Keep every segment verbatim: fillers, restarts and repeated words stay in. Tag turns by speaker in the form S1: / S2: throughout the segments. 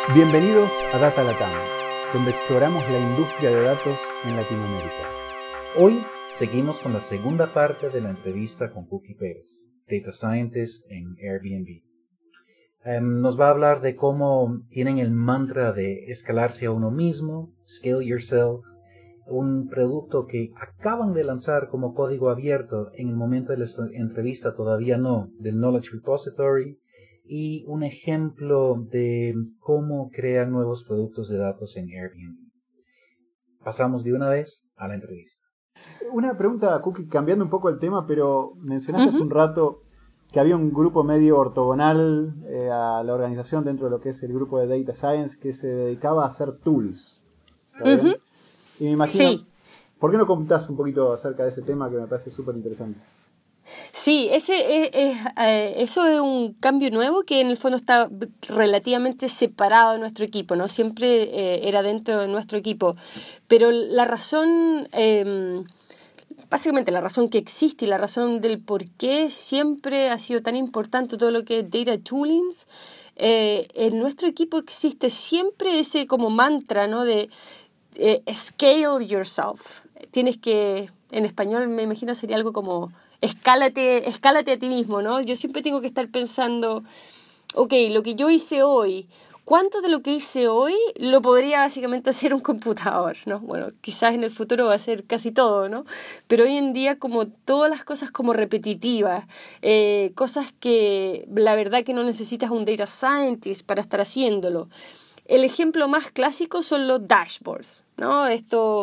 S1: Bienvenidos a Data Latam, donde exploramos la industria de datos en Latinoamérica.
S2: Hoy seguimos con la segunda parte de la entrevista con Cookie Pérez, Data Scientist en Airbnb. Um, nos va a hablar de cómo tienen el mantra de escalarse a uno mismo, scale yourself, un producto que acaban de lanzar como código abierto en el momento de la entrevista, todavía no, del Knowledge Repository, y un ejemplo de cómo crean nuevos productos de datos en Airbnb. Pasamos de una vez a la entrevista.
S1: Una pregunta, Cookie, cambiando un poco el tema, pero mencionaste
S3: Uh-huh.
S1: hace un rato que había un grupo medio ortogonal eh, a la organización dentro de lo que es el grupo de Data Science que se dedicaba a hacer tools. ¿Está bien?
S3: Uh-huh.
S1: Y me imagino,
S3: Sí.
S1: ¿por qué no contás un poquito acerca de ese tema que me parece súper interesante?
S3: Sí, ese es, es, eh, eso es un cambio nuevo que en el fondo está relativamente separado de nuestro equipo, ¿no? Siempre eh, era dentro de nuestro equipo. Pero la razón, eh, básicamente la razón que existe y la razón del por qué siempre ha sido tan importante todo lo que es data toolings, eh, en nuestro equipo existe siempre ese como mantra, ¿no? De eh, scale yourself. Tienes que, en español me imagino sería algo como escálate, escálate a ti mismo, ¿no? Yo siempre tengo que estar pensando, ok, lo que yo hice hoy, ¿cuánto de lo que hice hoy lo podría básicamente hacer un computador, ¿no? Bueno, quizás en el futuro va a ser casi todo, ¿no? Pero hoy en día como todas las cosas como repetitivas, eh, cosas que la verdad que no necesitas un data scientist para estar haciéndolo. El ejemplo más clásico son los dashboards, ¿no? Esto...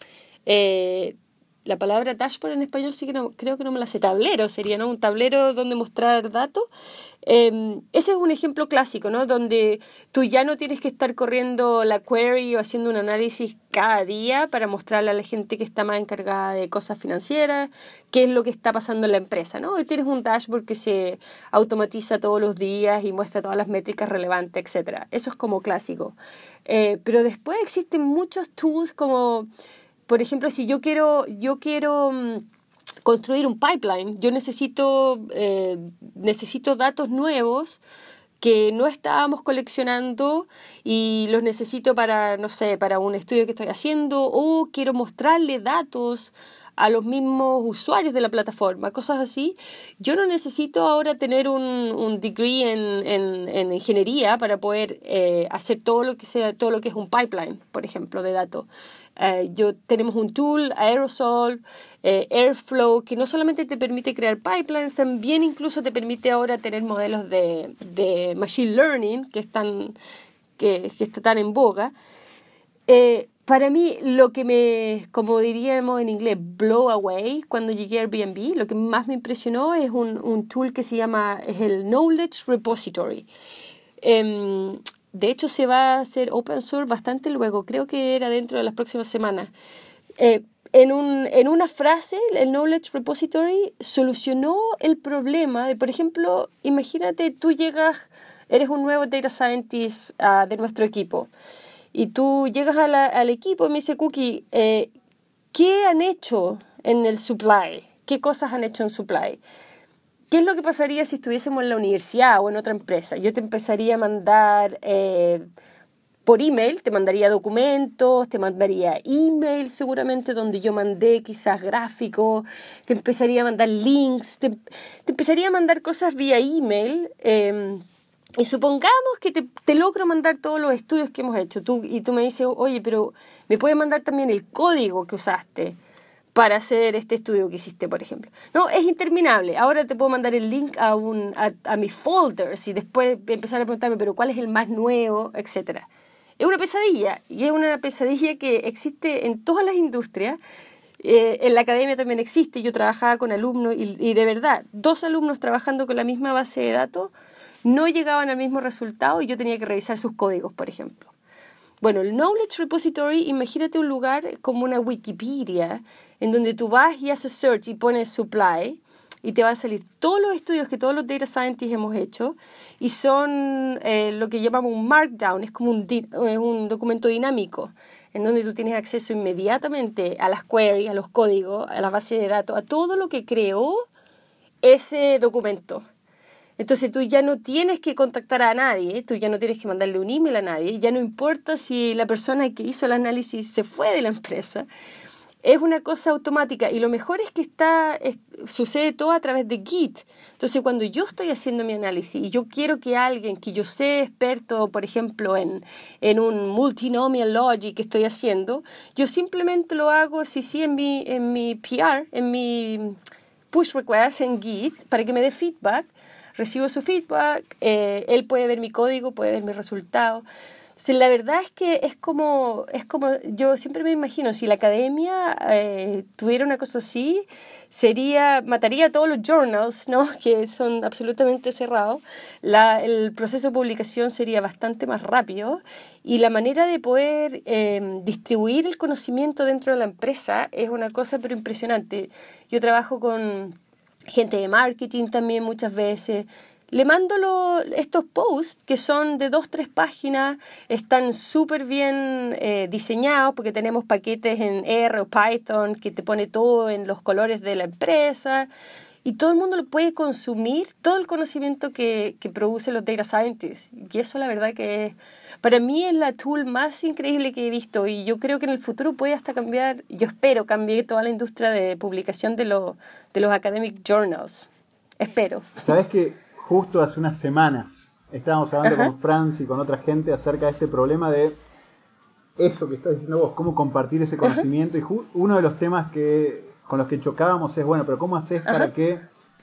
S3: Eh, La palabra dashboard en español sí que no, creo que no me la sé. Tablero sería, ¿no? Un tablero donde mostrar datos. Eh, ese es un ejemplo clásico, ¿no? Donde tú ya no tienes que estar corriendo la query o haciendo un análisis cada día para mostrarle a la gente que está más encargada de cosas financieras qué es lo que está pasando en la empresa, ¿no? Hoy tienes un dashboard que se automatiza todos los días y muestra todas las métricas relevantes, etcétera. Eso es como clásico. Eh, pero después existen muchos tools como... Por ejemplo, si yo quiero, yo quiero um, construir un pipeline, yo necesito, eh, necesito datos nuevos que no estábamos coleccionando y los necesito para, no sé, para un estudio que estoy haciendo, o quiero mostrarle datos a los mismos usuarios de la plataforma, cosas así. Yo no necesito ahora tener un, un degree en, en, en ingeniería para poder eh, hacer todo lo que sea, todo lo que es un pipeline, por ejemplo, de datos. Uh, yo tenemos un tool, Aerosol, eh, Airflow, que no solamente te permite crear pipelines, también incluso te permite ahora tener modelos de, de machine learning que están, que, que están en boga. Eh, para mí, lo que me, como diríamos en inglés, blow away, cuando llegué a Airbnb, lo que más me impresionó es un, un tool que se llama, es el Knowledge Repository. Um, De hecho, se va a hacer open source bastante luego. Creo que era dentro de las próximas semanas. Eh, en, un, en una frase, el Knowledge Repository solucionó el problema de, por ejemplo, imagínate, tú llegas, eres un nuevo data scientist uh, de nuestro equipo. Y tú llegas a la, al equipo y me dice, Cookie, eh, ¿qué han hecho en el supply? ¿Qué cosas han hecho en supply? ¿Qué es lo que pasaría si estuviésemos en la universidad o en otra empresa? Yo te empezaría a mandar eh, por email, te mandaría documentos, te mandaría email seguramente donde yo mandé quizás gráficos, te empezaría a mandar links, te, te empezaría a mandar cosas vía email. Eh, y supongamos que te, te logro mandar todos los estudios que hemos hecho tú, y tú me dices, oye, pero me puedes mandar también el código que usaste para hacer este estudio que hiciste, por ejemplo. No, es interminable. Ahora te puedo mandar el link a, un, a, a mis folders y después empezar a preguntarme, pero ¿cuál es el más nuevo?, etcétera. Es una pesadilla, y es una pesadilla que existe en todas las industrias. Eh, en la academia también existe. Yo trabajaba con alumnos y, y de verdad, dos alumnos trabajando con la misma base de datos no llegaban al mismo resultado y yo tenía que revisar sus códigos, por ejemplo. Bueno, el Knowledge Repository, imagínate un lugar como una Wikipedia, en donde tú vas y haces search y pones supply, y te va a salir todos los estudios que todos los data scientists hemos hecho, y son eh, lo que llamamos un markdown, es como un, di- es un documento dinámico, en donde tú tienes acceso inmediatamente a las queries, a los códigos, a la base de datos, a todo lo que creó ese documento. Entonces tú ya no tienes que contactar a nadie, tú ya no tienes que mandarle un email a nadie, ya no importa si la persona que hizo el análisis se fue de la empresa. Es una cosa automática y lo mejor es que está es, sucede todo a través de Git. Entonces, cuando yo estoy haciendo mi análisis y yo quiero que alguien que yo sé experto, por ejemplo, en, en un multinomial logic que estoy haciendo, yo simplemente lo hago, sí, sí, en mi, en mi P R, en mi push request en Git, para que me dé feedback. Recibo su feedback, eh, él puede ver mi código, puede ver mis resultados. Sí, la verdad es que es como, es como, yo siempre me imagino, si la academia eh, tuviera una cosa así, sería, mataría a todos los journals, ¿no? Que son absolutamente cerrados. La, el proceso de publicación sería bastante más rápido y la manera de poder eh, distribuir el conocimiento dentro de la empresa es una cosa pero impresionante. Yo trabajo con gente de marketing también muchas veces. Le mando lo, estos posts que son de dos, tres páginas, están súper bien eh, diseñados porque tenemos paquetes en R o Python que te pone todo en los colores de la empresa y todo el mundo lo puede consumir, todo el conocimiento que, que producen los data scientists. Y eso la verdad que es, para mí es la tool más increíble que he visto y yo creo que en el futuro puede hasta cambiar, yo espero cambie toda la industria de publicación de, lo, de los academic journals. Espero.
S1: ¿Sabes qué? Justo hace unas semanas estábamos hablando
S3: Ajá.
S1: con Franz y con otra gente acerca de este problema de eso que estás diciendo vos, cómo compartir ese conocimiento. Ajá. Y ju- uno de los temas que con los que chocábamos es, bueno, pero ¿cómo haces Ajá. para que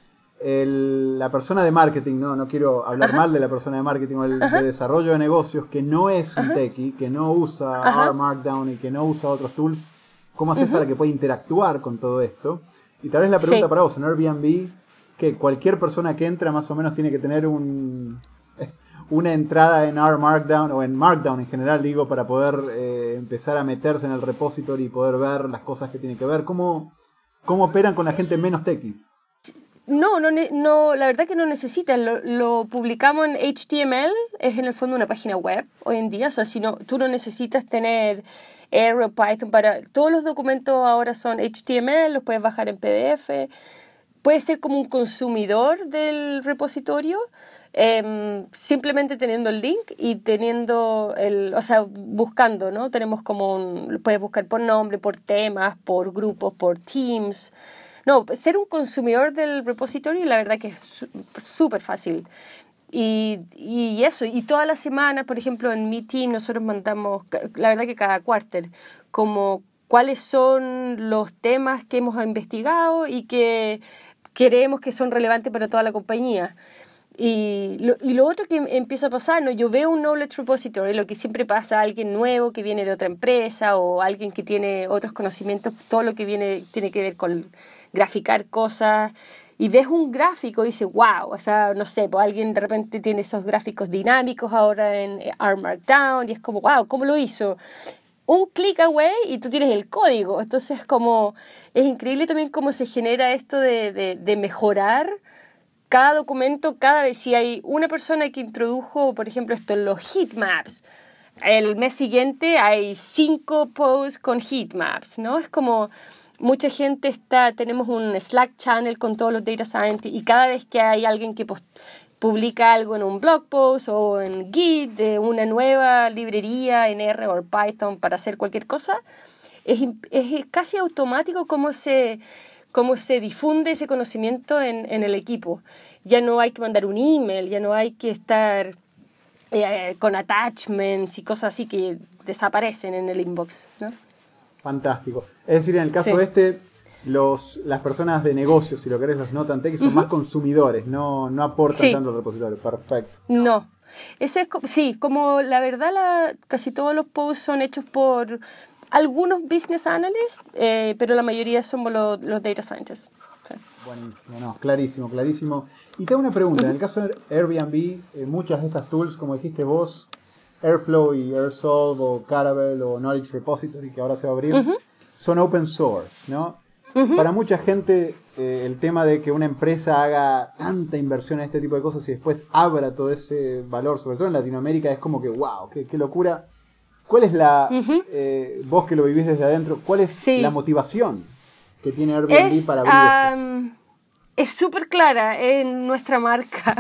S1: el, la persona de marketing, no no quiero hablar Ajá. mal de la persona de marketing o el Ajá. de desarrollo de negocios, que no es un Ajá. techie, que no usa Ajá. R Markdown y que no usa otros tools, ¿cómo haces Ajá. para que pueda interactuar con todo esto? Y tal vez la pregunta sí. para vos, en Airbnb, que cualquier persona que entra más o menos tiene que tener un, una entrada en R Markdown o en Markdown en general, digo, para poder eh, empezar a meterse en el repository y poder ver las cosas que tiene que ver. ¿Cómo, cómo operan con la gente menos techie?
S3: No, no, no, la verdad que no necesitan. Lo, lo publicamos en H T M L, es en el fondo una página web hoy en día. O sea, si no, tú no necesitas tener R o Python para... Todos los documentos ahora son H T M L, los puedes bajar en P D F. Puedes ser como un consumidor del repositorio, eh, simplemente teniendo el link y teniendo el, o sea, buscando, ¿no? Tenemos como un, puedes buscar por nombre, por temas, por grupos, por teams. No, ser un consumidor del repositorio, la verdad que es súper fácil. Y, y eso, y todas las semanas, por ejemplo, en mi team nosotros mandamos, la verdad que cada quarter, como cuáles son los temas que hemos investigado y que creemos que son relevantes para toda la compañía. Y lo, y lo otro que empieza a pasar, ¿no? Yo veo un knowledge repository, lo que siempre pasa, alguien nuevo que viene de otra empresa o alguien que tiene otros conocimientos, todo lo que viene tiene que ver con graficar cosas, y ves un gráfico y dices, wow, o sea, no sé, pues alguien de repente tiene esos gráficos dinámicos ahora en R Markdown y es como, wow, ¿cómo lo hizo? Un click away y tú tienes el código. Entonces, como es increíble también cómo se genera esto de, de, de mejorar cada documento cada vez. Si hay una persona que introdujo, por ejemplo, esto, los heatmaps, el mes siguiente hay cinco posts con heatmaps, ¿no? Es como mucha gente está, tenemos un Slack channel con todos los data scientists y cada vez que hay alguien que post, publica algo en un blog post o en Git de una nueva librería en R o Python para hacer cualquier cosa, es, es casi automático cómo se, cómo se difunde ese conocimiento en, en el equipo. Ya no hay que mandar un email, ya no hay que estar eh, con attachments y cosas así que desaparecen en el inbox, ¿no?
S1: Fantástico. Es decir, en el caso
S3: sí.
S1: este, los, las personas de negocios, si lo querés, los no tan tech, son uh-huh. más consumidores, no, no aportan sí. tanto al repositorio. Perfecto.
S3: No. Ese es, sí, como la verdad la, casi todos los posts son hechos por algunos business analysts, eh, pero la mayoría somos los, los data scientists. Sí.
S1: Buenísimo, no, clarísimo, clarísimo. Y te hago una pregunta, uh-huh. en el caso de Airbnb, eh, muchas de estas tools, como dijiste vos, Airflow y Airsolve o Caravelle o Knowledge Repository, que ahora se va a abrir, uh-huh. son open source, ¿no? Uh-huh. Para mucha gente, eh, el tema de que una empresa haga tanta inversión en este tipo de cosas y después abra todo ese valor, sobre todo en Latinoamérica, es como que, wow, qué, qué locura. ¿Cuál es la, uh-huh. eh, vos que lo vivís desde adentro, cuál es sí. la motivación que tiene Airbnb
S3: es,
S1: para abrir
S3: um,
S1: esto?
S3: es súper clara en nuestra marca.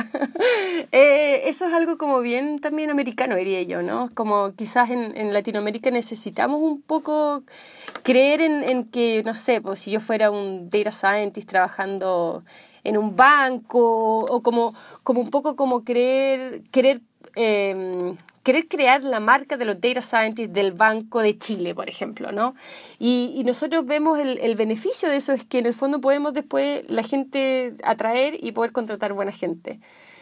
S3: eh, eso es algo como bien también americano, diría yo, ¿no? Como quizás en, en Latinoamérica necesitamos un poco creer en, en que, no sé, pues si yo fuera un data scientist trabajando en un banco, o como, como un poco como creer, querer... Eh, querer crear la marca de los data scientists del Banco de Chile, por ejemplo, ¿no? Y, y nosotros vemos el, el beneficio de eso, es que en el fondo podemos después la gente atraer y poder contratar buena gente.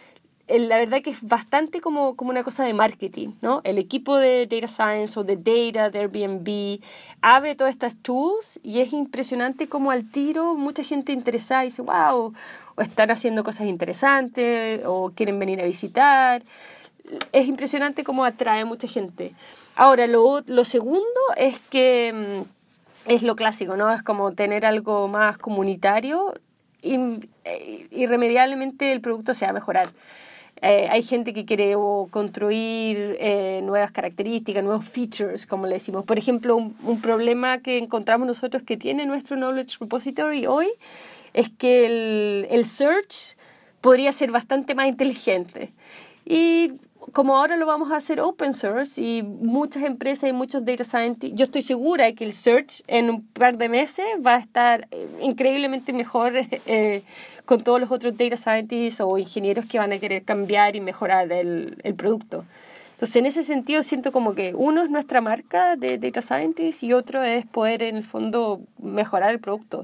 S3: La verdad que es bastante como, como una cosa de marketing, ¿no? El equipo de Data Science o de Data de Airbnb abre todas estas tools y es impresionante como al tiro mucha gente interesada dice, wow, o están haciendo cosas interesantes o quieren venir a visitar. Es impresionante cómo atrae mucha gente. Ahora, lo, lo segundo es que mm, es lo clásico, ¿no? Es como tener algo más comunitario y irremediablemente el producto se va a mejorar. Eh, hay gente que quiere o construir eh, nuevas características, nuevos features, como le decimos. Por ejemplo, un, un problema que encontramos nosotros que tiene nuestro Knowledge Repository hoy es que el, el search podría ser bastante más inteligente. Y como ahora lo vamos a hacer open source y muchas empresas y muchos data scientists, yo estoy segura que el search en un par de meses va a estar eh, increíblemente mejor eh, con todos los otros data scientists o ingenieros que van a querer cambiar y mejorar el, el producto. Entonces, en ese sentido, siento como que uno es nuestra marca de data scientists y otro es poder, en el fondo, mejorar el producto.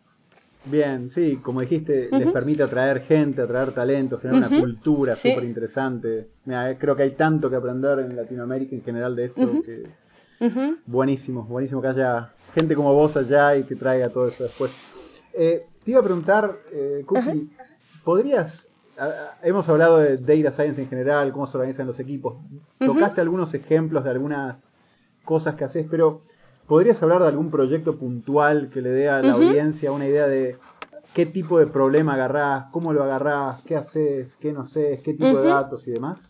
S1: Bien, sí, como dijiste, uh-huh. les permite atraer gente, atraer talento, generar uh-huh. una cultura súper sí. interesante. Mira, creo que hay tanto que aprender en Latinoamérica en general de esto, uh-huh. que uh-huh. buenísimo, buenísimo que haya gente como vos allá y que traiga todo eso después. Eh, te iba a preguntar, eh, Cookie, uh-huh. ¿podrías, a, hemos hablado de Data Science en general, cómo se organizan los equipos, uh-huh. tocaste algunos ejemplos de algunas cosas que haces, pero ¿podrías hablar de algún proyecto puntual que le dé a la uh-huh. audiencia una idea de qué tipo de problema agarrás, cómo lo agarrás, qué haces, qué no haces, qué tipo uh-huh. de datos y demás?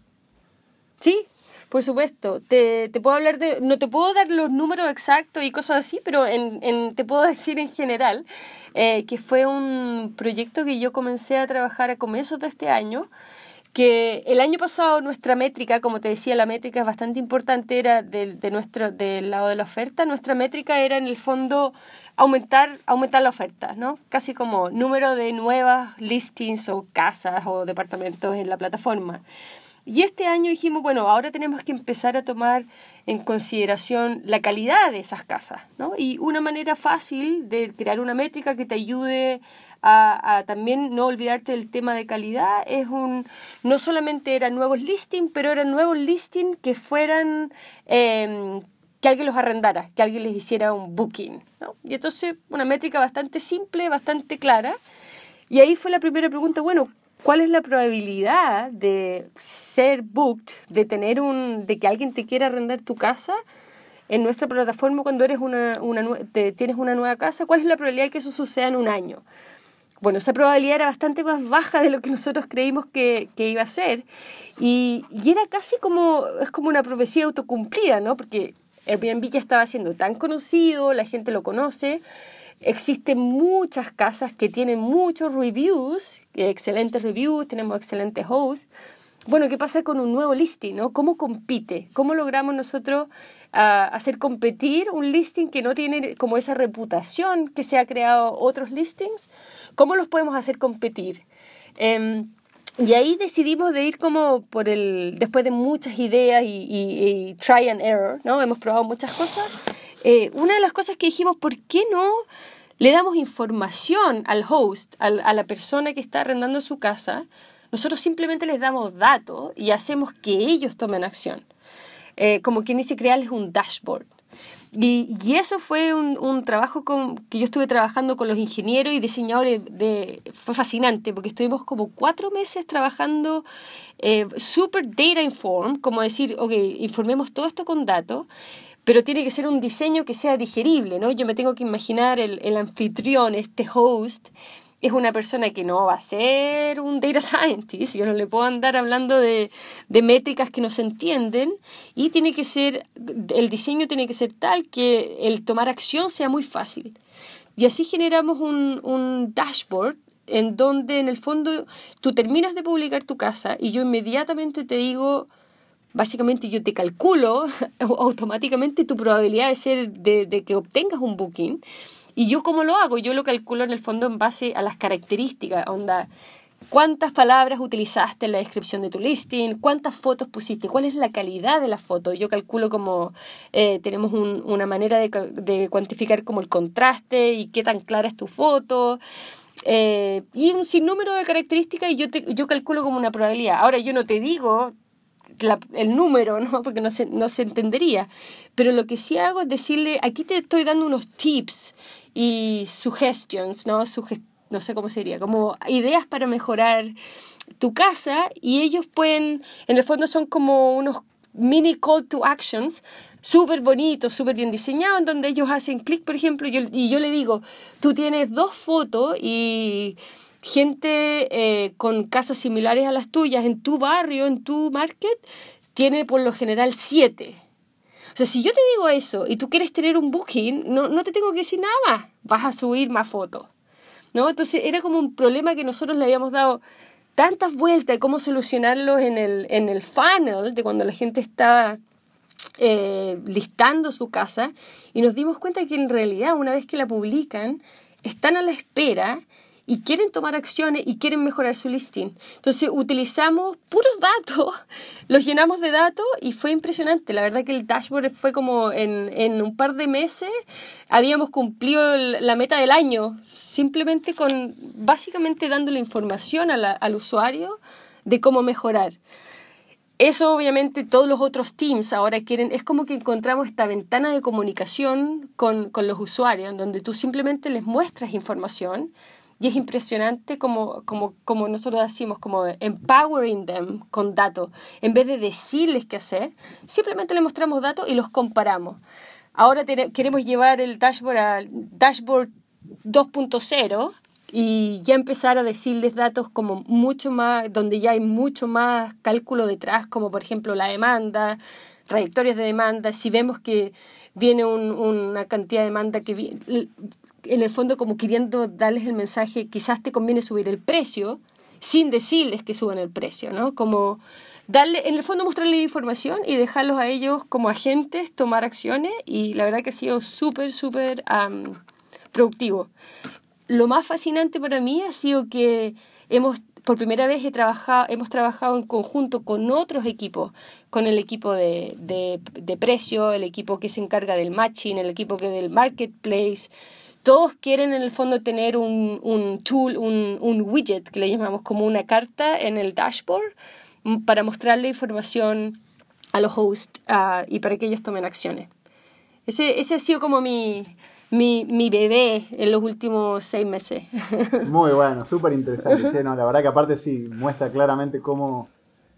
S3: Sí, por supuesto. Te, te puedo hablar de... No te puedo dar los números exactos y cosas así, pero en, en, te puedo decir en general eh, que fue un proyecto que yo comencé a trabajar a comienzos de este año, que el año pasado nuestra métrica, como te decía, la métrica es bastante importante, era de, de nuestro, del lado de la oferta. Nuestra métrica era en el fondo aumentar, aumentar la oferta, ¿no? Casi como número de nuevas listings o casas o departamentos en la plataforma. Y este año dijimos, bueno, ahora tenemos que empezar a tomar en consideración la calidad de esas casas, ¿no? Y una manera fácil de crear una métrica que te ayude a, a también no olvidarte del tema de calidad es un, no solamente eran nuevos listings, pero eran nuevos listings que fueran, eh, que alguien los arrendara, que alguien les hiciera un booking, ¿no? Y entonces una métrica bastante simple, bastante clara. Y ahí fue la primera pregunta, bueno, ¿cuál es la probabilidad de ser booked, de tener un, de que alguien te quiera arrendar tu casa en nuestra plataforma cuando eres una, una, te, tienes una nueva casa? ¿Cuál es la probabilidad de que eso suceda en un año? Bueno, esa probabilidad era bastante más baja de lo que nosotros creímos que, que iba a ser. Y, y era casi como, es como una profecía autocumplida, ¿no? Porque Airbnb ya estaba siendo tan conocido, la gente lo conoce. Existen muchas casas que tienen muchos reviews, excelentes reviews, tenemos excelentes hosts. Bueno, ¿qué pasa con un nuevo listing, ¿no? ¿Cómo compite? ¿Cómo logramos nosotros uh, hacer competir un listing que no tiene como esa reputación que se ha creado otros listings? ¿Cómo los podemos hacer competir? Um, y ahí decidimos de ir como por el, después de muchas ideas y, y, y try and error, ¿no? Hemos probado muchas cosas. Eh, una de las cosas que dijimos, ¿por qué no le damos información al host, al, a la persona que está arrendando su casa? Nosotros simplemente les damos datos y hacemos que ellos tomen acción. Eh, como quien dice, crearles un dashboard. Y, y eso fue un, un trabajo con, que yo estuve trabajando con los ingenieros y diseñadores. De, fue fascinante porque estuvimos como cuatro meses trabajando eh, super data informed, como decir, ok, informemos todo esto con datos, pero tiene que ser un diseño que sea digerible, ¿no? Yo me tengo que imaginar el, el anfitrión, este host, es una persona que no va a ser un data scientist, yo no le puedo andar hablando de, de métricas que no se entienden, y tiene que ser, el diseño tiene que ser tal que el tomar acción sea muy fácil. Y así generamos un, un dashboard en donde en el fondo tú terminas de publicar tu casa y yo inmediatamente te digo, básicamente yo te calculo automáticamente tu probabilidad de ser de, de que obtengas un booking. Y yo ¿cómo lo hago? Yo lo calculo en el fondo en base a las características, onda, cuántas palabras utilizaste en la descripción de tu listing, cuántas fotos pusiste, cuál es la calidad de la foto. Yo calculo como, eh, tenemos un, una manera de, de cuantificar como el contraste y qué tan clara es tu foto. Eh, y un sinnúmero de características y yo, te, yo calculo como una probabilidad. Ahora yo no te digo la, el número, ¿no? Porque no se, no se entendería, pero lo que sí hago es decirle, aquí te estoy dando unos tips y suggestions, ¿no? Suge- no sé cómo sería, como ideas para mejorar tu casa, y ellos pueden, en el fondo son como unos mini call to actions súper bonitos, súper bien diseñados, en donde ellos hacen clic, por ejemplo, y yo, y yo le digo, tú tienes dos fotos y gente eh, con casas similares a las tuyas en tu barrio, en tu market, tiene por lo general siete. O sea, si yo te digo eso y tú quieres tener un booking, no, no te tengo que decir nada más, vas a subir más fotos, ¿no? Entonces era como un problema que nosotros le habíamos dado tantas vueltas de cómo solucionarlo en el, en el funnel de cuando la gente estaba eh, listando su casa, y nos dimos cuenta que en realidad una vez que la publican están a la espera y quieren tomar acciones y quieren mejorar su listing. Entonces utilizamos puros datos, los llenamos de datos y fue impresionante. La verdad que el dashboard fue como en, en un par de meses habíamos cumplido el, la meta del año, simplemente con, básicamente dándole información a la, al usuario de cómo mejorar. Eso obviamente todos los otros teams ahora quieren, es como que encontramos esta ventana de comunicación con, con los usuarios, en donde tú simplemente les muestras información. Y es impresionante como, como, como nosotros decimos, como empowering them con datos. En vez de decirles qué hacer, simplemente les mostramos datos y los comparamos. Ahora te, queremos llevar el dashboard al dashboard dos punto cero y ya empezar a decirles datos como mucho más, donde ya hay mucho más cálculo detrás, como por ejemplo la demanda, trayectorias de demanda. Si vemos que viene un, una cantidad de demanda que viene, en el fondo como queriendo darles el mensaje, quizás te conviene subir el precio, sin decirles que suban el precio, ¿no? Como darle, en el fondo mostrarles información y dejarlos a ellos como agentes tomar acciones, y la verdad que ha sido súper, súper um, productivo. Lo más fascinante para mí ha sido que hemos, por primera vez he trabajado, hemos trabajado en conjunto con otros equipos, con el equipo de, de, de precio, el equipo que se encarga del matching, el equipo que del marketplace. Todos quieren en el fondo tener un, un tool, un, un widget que le llamamos como una carta en el dashboard para mostrarle información a los hosts uh, y para que ellos tomen acciones. Ese, ese ha sido como mi, mi, mi bebé en los últimos seis meses.
S1: Muy bueno, súper interesante. Uh-huh. Sí, no, la verdad que aparte sí muestra claramente cómo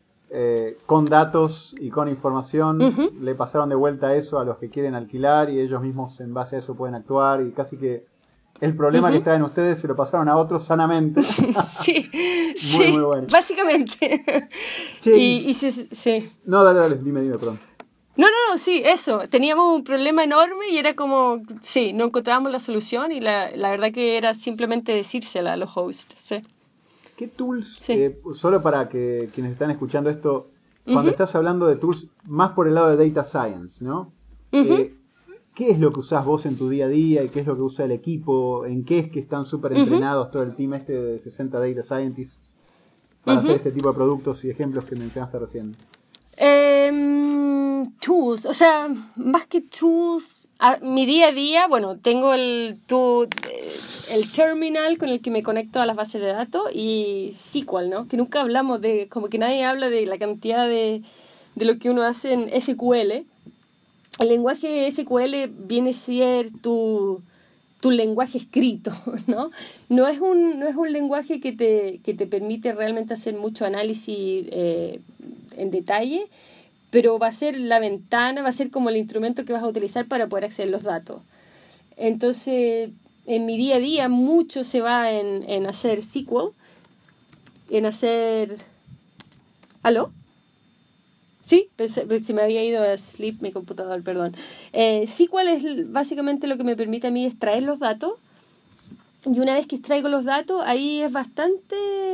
S1: eh, con datos y con información uh-huh. le pasaron de vuelta eso a los que quieren alquilar, y ellos mismos en base a eso pueden actuar, y casi que el problema uh-huh. que está en ustedes se lo pasaron a otros sanamente.
S3: Sí,
S1: muy,
S3: sí,
S1: muy bueno.
S3: Básicamente.
S1: Sí.
S3: Y, y sí, sí.
S1: No, dale, dale, dime, dime, perdón.
S3: No, no, no, sí, eso. Teníamos un problema enorme y era como, sí, no encontrábamos la solución, y la, la verdad que era simplemente decírsela a los hosts, sí.
S1: ¿Qué tools,
S3: sí.
S1: eh, solo para que quienes están escuchando esto, cuando uh-huh. estás hablando de tools más por el lado de data science, ¿no? Uh-huh. Eh, ¿Qué es lo que usás vos en tu día a día y qué es lo que usa el equipo? ¿En qué es que están súper entrenados uh-huh. todo el team este de sesenta data scientists para uh-huh. hacer este tipo de productos y ejemplos que mencionaste recién?
S3: Um, tools, o sea, más que tools, a, mi día a día, bueno, tengo el, tu, el terminal con el que me conecto a las bases de datos y S Q L, ¿no? Que nunca hablamos de, como que nadie habla de la cantidad de, de lo que uno hace en S Q L. El lenguaje S Q L viene a ser tu, tu lenguaje escrito, ¿no? No es un, no es un lenguaje que te, que te permite realmente hacer mucho análisis eh, en detalle, pero va a ser la ventana, va a ser como el instrumento que vas a utilizar para poder acceder a los datos. Entonces, en mi día a día mucho se va en, en hacer S Q L, en hacer... ¿Aló? Sí, se me había ido a sleep mi computador, perdón. Eh, S Q L es básicamente lo que me permite a mí extraer los datos y una vez que extraigo los datos, ahí es bastante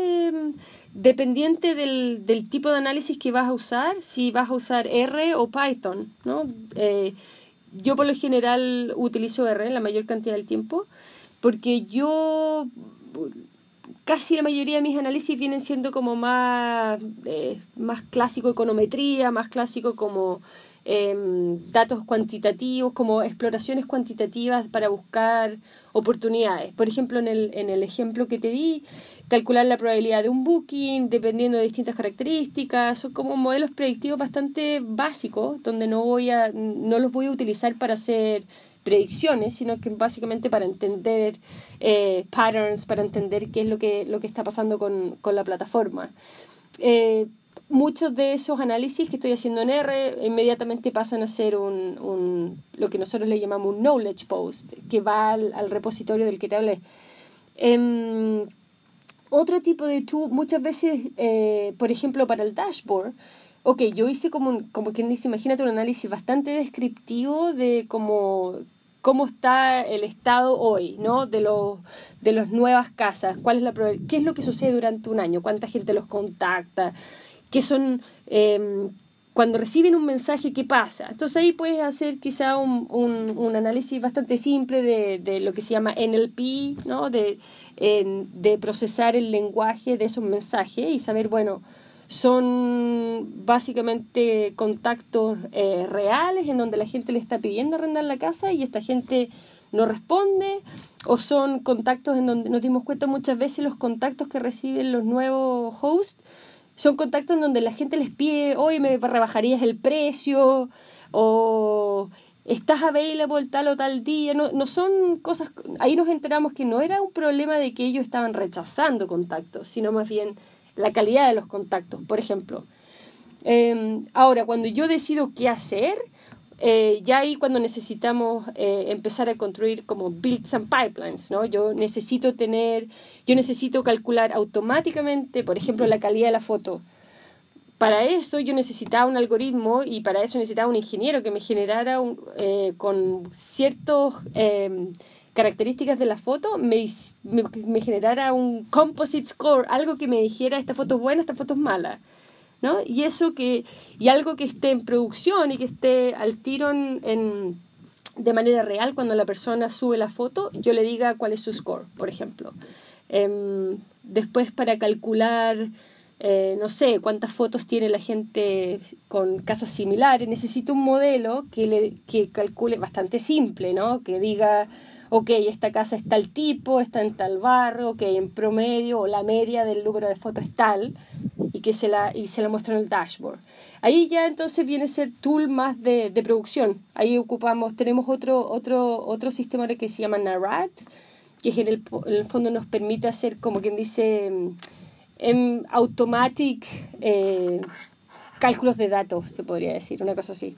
S3: dependiente del, del tipo de análisis que vas a usar, si vas a usar R o Python, ¿no? Eh, yo por lo general utilizo R la mayor cantidad del tiempo, porque yo casi la mayoría de mis análisis vienen siendo como más, eh, más clásico econometría, más clásico como eh, datos cuantitativos, como exploraciones cuantitativas para buscar oportunidades. Por ejemplo, en el, en el ejemplo que te di, calcular la probabilidad de un booking dependiendo de distintas características. Son como modelos predictivos bastante básicos, donde no voy a, no los voy a utilizar para hacer predicciones, sino que básicamente para entender eh, patterns, para entender qué es lo que, lo que está pasando con, con la plataforma. Eh, muchos de esos análisis que estoy haciendo en R inmediatamente pasan a ser un, un, lo que nosotros le llamamos un knowledge post, que va al, al repositorio del que te hablé. Eh, otro tipo de tool, muchas veces, eh, por ejemplo, para el dashboard, ok, yo hice como, como quien dice, imagínate un análisis bastante descriptivo de cómo, cómo está el estado hoy, ¿no? De los de las nuevas casas, cuál es la probabilidad, qué es lo que sucede durante un año, cuánta gente los contacta, qué son, eh, cuando reciben un mensaje, qué pasa. Entonces ahí puedes hacer quizá un, un, un análisis bastante simple de, de lo que se llama N L P, ¿no? De, en, de procesar el lenguaje de esos mensajes y saber, bueno, son básicamente contactos eh, reales en donde la gente le está pidiendo arrendar la casa y esta gente no responde, o son contactos en donde nos dimos cuenta muchas veces los contactos que reciben los nuevos hosts son contactos en donde la gente les pide, oye, me rebajarías el precio, o estás available tal o tal día. No, no son cosas, ahí nos enteramos que no era un problema de que ellos estaban rechazando contactos, sino más bien la calidad de los contactos, por ejemplo. Eh, ahora, cuando yo decido qué hacer, eh, ya ahí cuando necesitamos eh, empezar a construir como builds and pipelines, ¿no? Yo necesito tener, yo necesito calcular automáticamente, por ejemplo, la calidad de la foto. Para eso yo necesitaba un algoritmo y para eso necesitaba un ingeniero que me generara un, eh, con ciertos eh, características de la foto, me, me, me generara un composite score, algo que me dijera esta foto es buena, esta foto es mala, ¿no? Y eso que, y algo que esté en producción y que esté al tiro en, en, de manera real cuando la persona sube la foto, yo le diga cuál es su score, por ejemplo. Eh, después para calcular Eh, no sé cuántas fotos tiene la gente con casas similares, necesito un modelo que, le, que calcule bastante simple, ¿no? Que diga, ok, esta casa es tal tipo, está en tal barrio, ok, en promedio o la media del número de fotos es tal, y que se la, y se la muestra en el dashboard. Ahí ya entonces viene a ser tool más de, de producción. Ahí ocupamos, tenemos otro, otro, otro sistema que se llama Narad, que en el, en el fondo nos permite hacer, como quien dice, en automatic eh, cálculos de datos, se podría decir, una cosa así.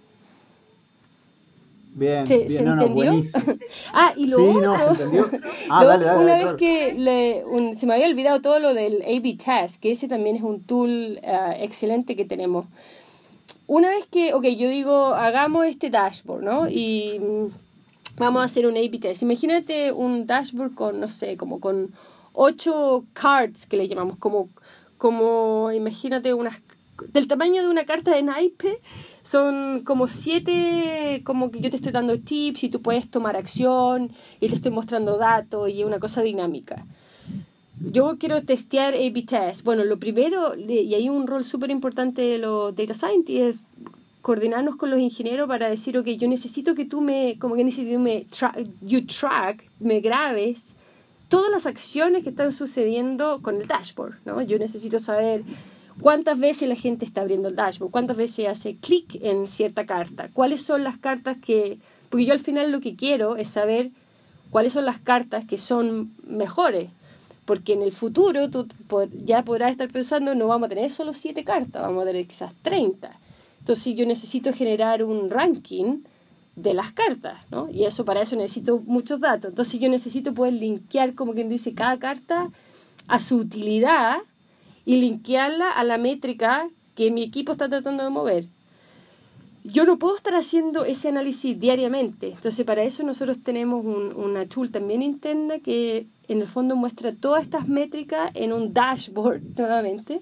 S1: Bien,
S3: ¿Se,
S1: bien,
S3: ¿se
S1: no,
S3: entendió?
S1: No, buenísimo.
S3: Ah, y lo
S1: sí,
S3: otro,
S1: no, se entendió. Ah,
S3: lo
S1: dale,
S3: otro,
S1: dale,
S3: una
S1: dale,
S3: vez
S1: claro.
S3: que le, un, se me había olvidado todo lo del A B test, que ese también es un tool uh, excelente que tenemos. Una vez que, ok, yo digo, hagamos este dashboard, ¿no? Y mm, vamos a hacer un A B test. Imagínate un dashboard con, no sé, como con ocho cards, que le llamamos, como, como imagínate unas, del tamaño de una carta de naipe, son como siete, como que yo te estoy dando tips y tú puedes tomar acción y te estoy mostrando datos y es una cosa dinámica. Yo quiero testear A B test. Bueno, lo primero, y hay un rol súper importante de los data scientists, es coordinarnos con los ingenieros para decir, ok, yo necesito que tú me, como que necesito me tra- you track, me grabes todas las acciones que están sucediendo con el dashboard, ¿no? Yo necesito saber cuántas veces la gente está abriendo el dashboard, cuántas veces hace clic en cierta carta, cuáles son las cartas que... Porque yo al final lo que quiero es saber cuáles son las cartas que son mejores. Porque en el futuro tú ya podrás estar pensando, no vamos a tener solo siete cartas, vamos a tener quizás treinta. Entonces yo necesito generar un ranking de las cartas, ¿no? Y eso, para eso necesito muchos datos. Entonces yo necesito poder linkear, como quien dice, cada carta a su utilidad y linkearla a la métrica que mi equipo está tratando de mover. yo no puedo estar haciendo ese análisis diariamente. Entonces, para eso nosotros tenemos un, una tool también interna que en el fondo muestra todas estas métricas en un dashboard nuevamente.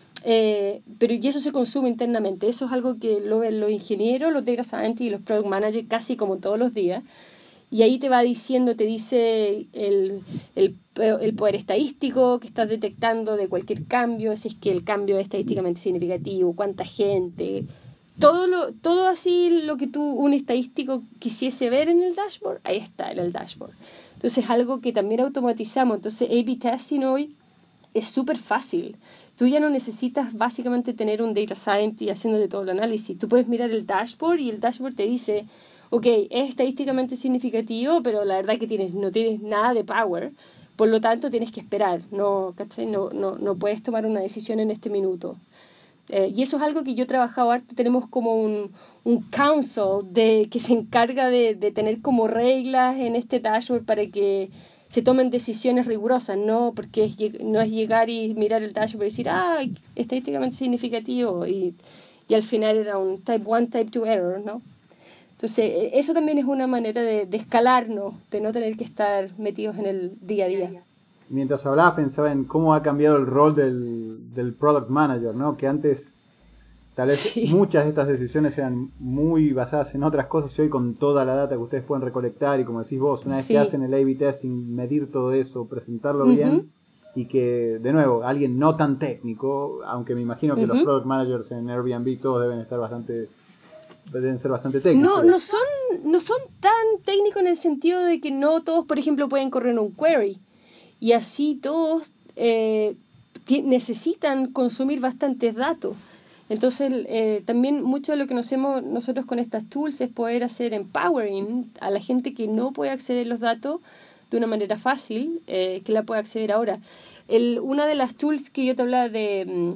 S3: Eh, pero y eso se consume internamente. Eso es algo que lo ven los ingenieros, los data scientists y los product managers casi como todos los días. Y ahí te va diciendo, te dice el, el, el poder estadístico que estás detectando de cualquier cambio, si es que el cambio es estadísticamente significativo, cuánta gente, todo lo todo así lo que tú, un estadístico quisiese ver en el dashboard, ahí está en el dashboard. Entonces es algo que también automatizamos. Entonces A B testing hoy es súper fácil. Tú ya no necesitas básicamente tener un data scientist haciéndote todo el análisis. Tú puedes mirar el dashboard y el dashboard te dice, ok, es estadísticamente significativo, pero la verdad es que tienes, no tienes nada de power, por lo tanto tienes que esperar, no, ¿cachai? No, no, no puedes tomar una decisión en este minuto. Eh, y eso es algo que yo he trabajado harto, tenemos como un, un council de, que se encarga de, de tener como reglas en este dashboard para que se tomen decisiones rigurosas, ¿no? Porque es, no es llegar y mirar el dashboard y decir, ah, estadísticamente significativo, y, y al final era un type one, type two error, ¿no? Entonces, eso también es una manera de, de escalarnos, de no tener que estar metidos en el día a día.
S1: Mientras hablabas pensaba en cómo ha cambiado el rol del, del product manager, ¿no? Que antes tal vez sí. muchas de estas decisiones eran muy basadas en otras cosas, y hoy con toda la data que ustedes pueden recolectar y como decís vos, una vez sí. que hacen el A B testing, medir todo eso, presentarlo uh-huh. bien, y que, de nuevo, alguien no tan técnico, aunque me imagino que uh-huh. los product managers en Airbnb todos deben estar bastante... deben ser bastante técnicos.
S3: No, no son, no son tan técnicos en el sentido de que no todos, por ejemplo, pueden correr un query. Y así todos eh, t- necesitan consumir bastantes datos. Entonces, eh, también mucho de lo que nos hacemos nosotros con estas tools es poder hacer empowering a la gente que no puede acceder a los datos de una manera fácil, eh, que la puede acceder ahora. El, una de las tools que yo te hablaba de um,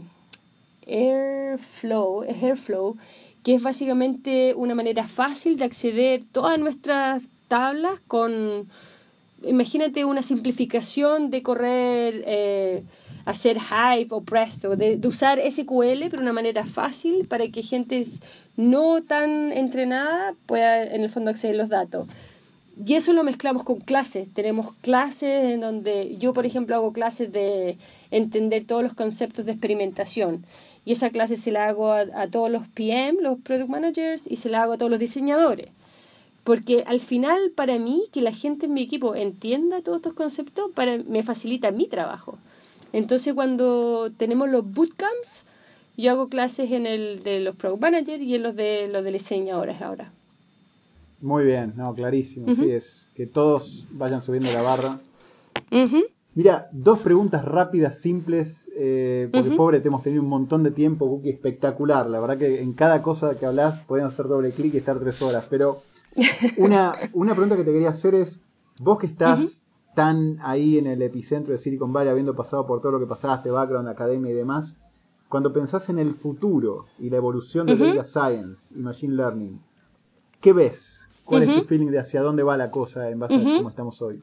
S3: Airflow, Airflow, que es básicamente una manera fácil de acceder a todas nuestras tablas con, imagínate una simplificación de correr, eh, hacer Hive o Presto, de, de usar S Q L, pero de una manera fácil para que gente no tan entrenada pueda en el fondo acceder a los datos. Y eso lo mezclamos con clases. Tenemos clases en donde yo, por ejemplo, hago clases de entender todos los conceptos de experimentación. Y esa clase se la hago a, a todos los P M, los Product Managers, y se la hago a todos los diseñadores. Porque al final, para mí, que la gente en mi equipo entienda todos estos conceptos, para, me facilita mi trabajo. Entonces, cuando tenemos los bootcamps, yo hago clases en el de los Product Managers y en los de los de diseñadores ahora.
S1: Muy bien, no, clarísimo. Uh-huh. Sí, es que todos vayan subiendo la barra.
S3: Uh-huh.
S1: Mira, dos preguntas rápidas, simples, eh, porque
S3: uh-huh.
S1: pobre, te hemos tenido un montón de tiempo, Cookie, espectacular. La verdad que en cada cosa que hablas podemos hacer doble clic y estar tres horas. Pero una, una pregunta que te quería hacer es, vos que estás uh-huh. tan ahí en el epicentro de Silicon Valley, habiendo pasado por todo lo que pasaste, background, academia y demás, cuando pensás en el futuro y la evolución de uh-huh. Data Science y Machine Learning, ¿qué ves? ¿Cuál uh-huh. es tu feeling de hacia dónde va la cosa en base uh-huh. a cómo estamos hoy?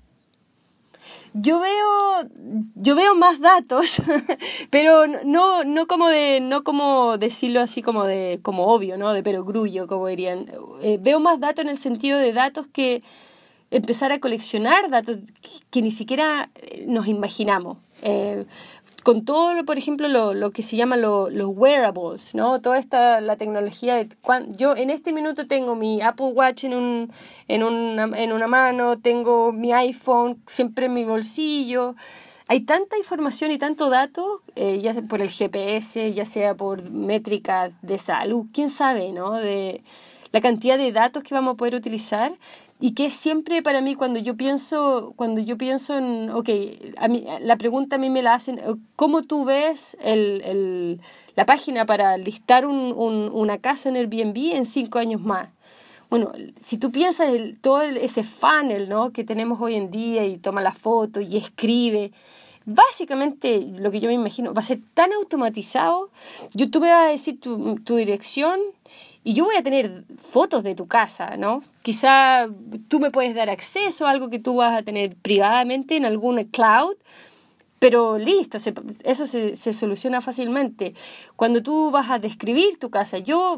S3: Yo veo, yo veo más datos, pero no, no como de, no como decirlo así como de, como obvio, ¿no? De perogrullo, como dirían. Eh, veo más datos en el sentido de datos que empezar a coleccionar datos que, que ni siquiera nos imaginamos. Eh, con todo, lo, por ejemplo, lo, lo que se llama lo, los wearables, ¿no? Toda esta, la tecnología de... Cuando, yo en este minuto tengo mi Apple Watch en, un, en, una, en una mano, tengo mi iPhone siempre en mi bolsillo. Hay tanta información y tanto dato, eh, ya sea por el G P S, ya sea por métricas de salud, quién sabe, ¿no? De la cantidad de datos que vamos a poder utilizar. Y que siempre para mí cuando yo pienso cuando yo pienso en, ok, a mí, la pregunta a mí me la hacen, ¿cómo tú ves el, el, la página para listar un, un, una casa en Airbnb en cinco años más? Bueno, si tú piensas el, todo el, ese funnel, ¿no? que tenemos hoy en día y toma la foto y escribe, básicamente lo que yo me imagino va a ser tan automatizado. Yo tú me vas a decir tu, tu dirección y yo voy a tener fotos de tu casa, ¿no? Quizá tú me puedes dar acceso a algo que tú vas a tener privadamente en algún cloud, pero listo, se, eso se, se soluciona fácilmente. Cuando tú vas a describir tu casa, yo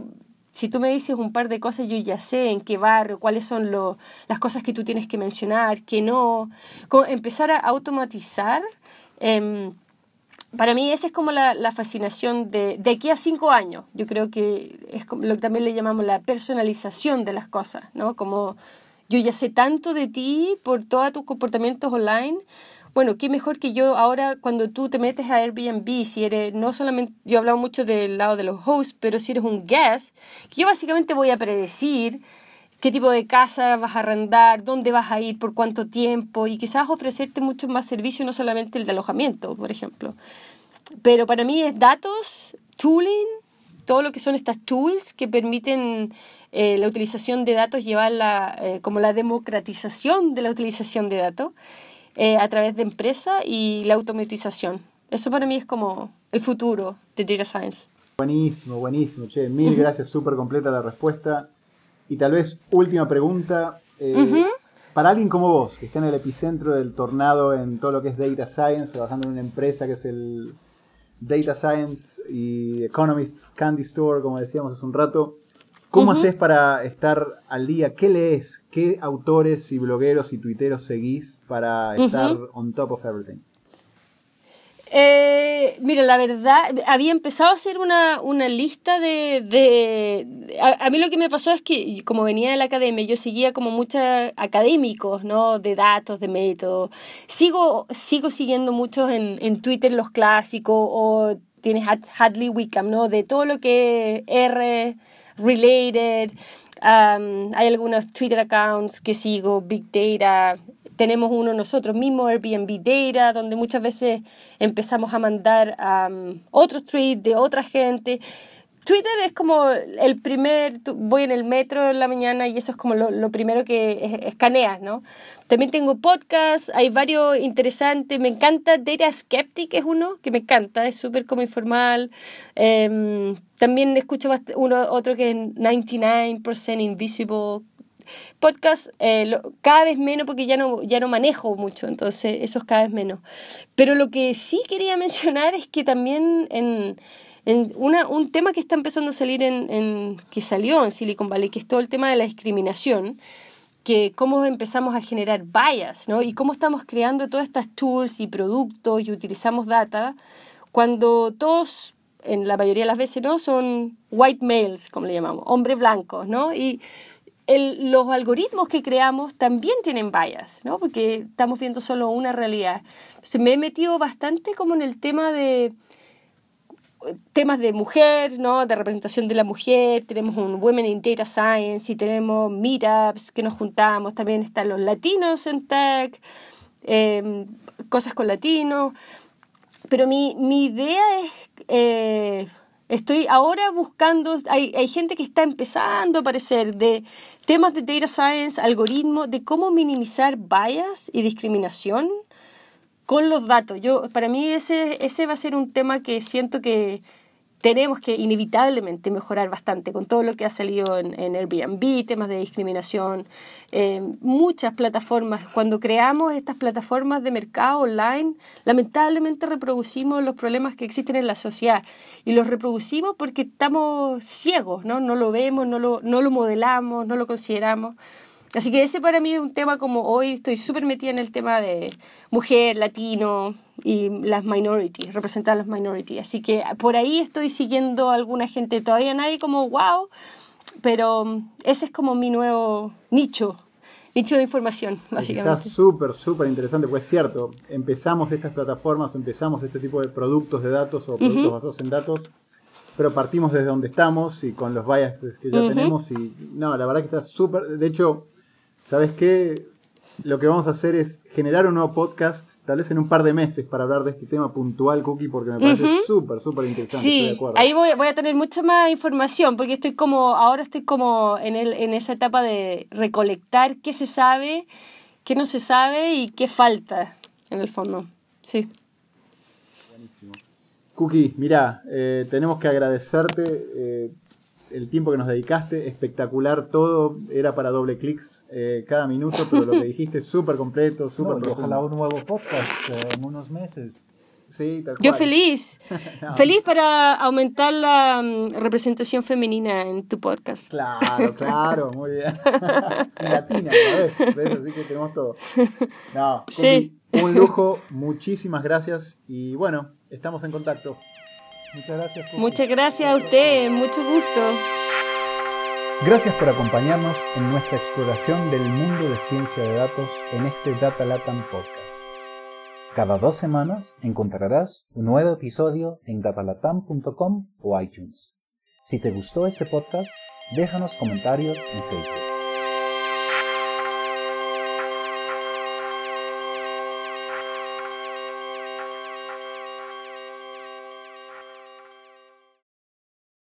S3: si tú me dices un par de cosas, yo ya sé en qué barrio, cuáles son lo, las cosas que tú tienes que mencionar, que no. Como empezar a automatizar. Eh, para mí esa es como la, la fascinación de, de aquí a cinco años. Yo creo que es como lo que también le llamamos la personalización de las cosas, ¿no? Como yo ya sé tanto de ti por todos tus comportamientos online. Bueno, qué mejor que yo ahora cuando tú te metes a Airbnb, si eres, no solamente, yo he hablado mucho del lado de los hosts, pero si eres un guest, que yo básicamente voy a predecir qué tipo de casa vas a arrendar, dónde vas a ir, por cuánto tiempo, y quizás ofrecerte muchos más servicios, no solamente el de alojamiento, por ejemplo. Pero para mí es datos, tooling, todo lo que son estas tools que permiten eh, la utilización de datos, llevarla eh, como la democratización de la utilización de datos. Eh, a través de empresa y la automatización. Eso para mí es como el futuro de Data Science.
S1: Buenísimo, buenísimo. Che, mil uh-huh. gracias, súper completa la respuesta. Y tal vez última pregunta. Eh, uh-huh. Para alguien como vos, que está en el epicentro del tornado en todo lo que es Data Science, trabajando en una empresa que es el Data Science y Economist Candy Store, como decíamos hace un rato, ¿cómo uh-huh. haces para estar al día? ¿Qué lees? ¿Qué autores y blogueros y tuiteros seguís para estar uh-huh. on top of everything?
S3: Eh, mira, la verdad, había empezado a hacer una, una lista de... de a, a mí lo que me pasó es que, como venía de la academia, yo seguía como muchos académicos, ¿no? De datos, de métodos. Sigo, sigo siguiendo muchos en, en Twitter los clásicos, o tienes Hadley Wickham, ¿no? De todo lo que es R... related, um, hay algunos Twitter accounts que sigo, Big Data, tenemos uno nosotros mismos, Airbnb Data, donde muchas veces empezamos a mandar um, otros tweets de otra gente. Twitter es como el primer, voy en el metro en la mañana y eso es como lo, lo primero que escaneas, ¿no? También tengo podcasts, hay varios interesantes, me encanta Data Skeptic, es uno que me encanta, es súper como informal. Eh, también escucho uno, otro que es noventa y nueve por ciento Invisible. Podcast eh, lo, cada vez menos porque ya no, ya no manejo mucho, entonces eso es cada vez menos. Pero lo que sí quería mencionar es que también en... En una, un tema que está empezando a salir en, en que salió en Silicon Valley, que es todo el tema de la discriminación, que cómo empezamos a generar bias, ¿no? Y cómo estamos creando todas estas tools y productos y utilizamos data cuando todos, en la mayoría de las veces, ¿no? Son white males, como le llamamos, hombres blancos, ¿no? Y el, los algoritmos que creamos también tienen bias, ¿no? Porque estamos viendo solo una realidad. Entonces me he metido bastante como en el tema de temas de mujer, ¿no? De representación de la mujer, tenemos un Women in Data Science y tenemos meetups que nos juntamos, también están los latinos en tech, eh, cosas con latinos, pero mi, mi idea es, eh, estoy ahora buscando, hay, hay gente que está empezando a aparecer de temas de Data Science, algoritmos, de cómo minimizar bias y discriminación con los datos. Yo, para mí ese, ese va a ser un tema que siento que tenemos que inevitablemente mejorar bastante con todo lo que ha salido en, en Airbnb, temas de discriminación, eh, muchas plataformas. Cuando creamos estas plataformas de mercado online, lamentablemente reproducimos los problemas que existen en la sociedad y los reproducimos porque estamos ciegos, ¿no? No lo vemos, no lo, no lo modelamos, no lo consideramos. Así que ese para mí es un tema como hoy estoy súper metida en el tema de mujer, latino y las minorities, representar a las minorities. Así que por ahí estoy siguiendo a alguna gente, todavía nadie como wow, pero ese es como mi nuevo nicho, nicho de información, básicamente.
S1: Está súper, súper interesante, pues es cierto, empezamos estas plataformas, empezamos este tipo de productos de datos o productos uh-huh. basados en datos, pero partimos desde donde estamos y con los biases que ya uh-huh. tenemos y no, la verdad que está súper, de hecho... ¿Sabes qué? Lo que vamos a hacer es generar un nuevo podcast, tal vez en un par de meses, para hablar de este tema puntual, Cookie, porque me parece uh-huh. súper, súper interesante.
S3: Sí,
S1: estoy de acuerdo.
S3: Ahí voy, voy a tener mucha más información, porque estoy como, ahora estoy como en, el, en esa etapa de recolectar qué se sabe, qué no se sabe y qué falta, en el fondo. Sí.
S1: Buenísimo. Cookie, mira, eh, tenemos que agradecerte... Eh, el tiempo que nos dedicaste, espectacular todo, era para doble clics eh, cada minuto, pero lo que dijiste es súper completo, súper
S2: no,
S1: profundo.
S2: Ojalá un nuevo podcast eh, en unos meses.
S1: Sí, tal cual.
S3: Yo feliz.
S1: No.
S3: Feliz para aumentar la um, representación femenina en tu podcast.
S1: Claro, claro, muy bien. Y latina, ¿sabes? ¿Ves? Así que tenemos todo. No,
S3: Sí.
S1: Cookie, un lujo, muchísimas gracias y bueno, estamos en contacto.
S2: Muchas gracias, Cookie.
S3: Muchas gracias a usted, mucho gusto.
S1: Gracias por acompañarnos en nuestra exploración del mundo de ciencia de datos en este Data Latam Podcast.
S2: Cada dos semanas encontrarás un nuevo episodio en datalatam punto com o iTunes. Si te gustó este podcast, déjanos comentarios en Facebook.